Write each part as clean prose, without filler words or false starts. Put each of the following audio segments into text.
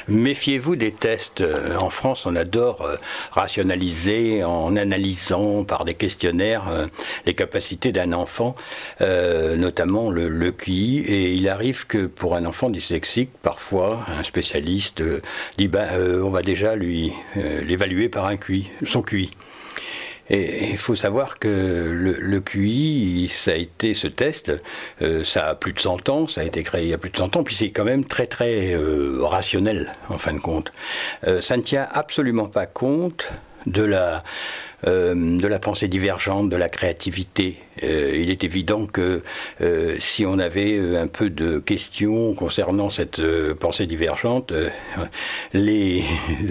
Méfiez-vous des tests. En France, on adore rationaliser en analysant par des questionnaires les capacités d'un enfant, notamment le QI. Et il arrive que pour un enfant dyslexique, parfois, un spécialiste dit on va déjà l'évaluer par son QI. Et il faut savoir que le QI, ce test, ça a plus de 100 ans, ça a été créé il y a plus de 100 ans, puis c'est quand même très très rationnel en fin de compte. Ça ne tient absolument pas compte de la pensée divergente, de la créativité. Il est évident que si on avait un peu de questions concernant cette pensée divergente, les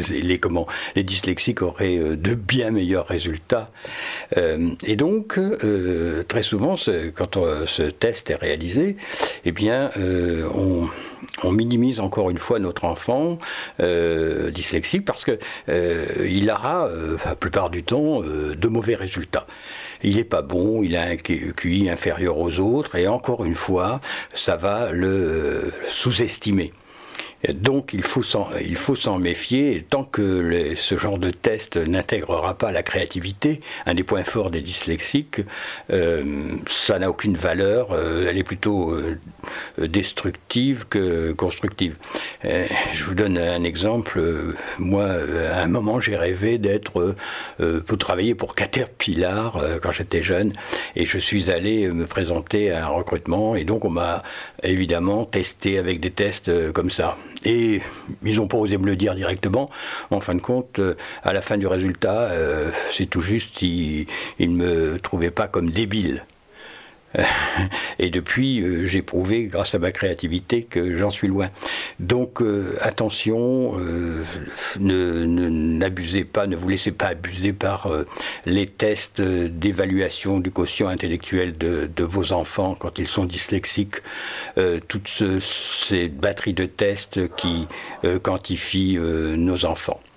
dyslexiques auraient de bien meilleurs résultats. Et donc, très souvent, quand ce test est réalisé, eh bien, on minimise encore une fois notre enfant dyslexique parce que il aura, la plupart du temps, de mauvais résultats. Il n'est pas bon, il a un QI inférieur aux autres, et encore une fois, ça va le sous-estimer. Donc il faut s'en méfier, et tant que ce genre de test n'intégrera pas la créativité, un des points forts des dyslexiques, ça n'a aucune valeur, elle est plutôt destructive que constructive. Je vous donne un exemple. Moi, à un moment, j'ai rêvé pour travailler pour Caterpillar quand j'étais jeune, et je suis allé me présenter à un recrutement, et donc on m'a évidemment testé avec des tests comme ça. Et ils n'ont pas osé me le dire directement. En fin de compte, à la fin du résultat, c'est tout juste, ils ne me trouvaient pas comme débile. Et depuis, j'ai prouvé, grâce à ma créativité, que j'en suis loin. Donc, attention, n'abusez pas, ne vous laissez pas abuser par les tests d'évaluation du quotient intellectuel de vos enfants quand ils sont dyslexiques. Toutes ces batteries de tests qui quantifient nos enfants.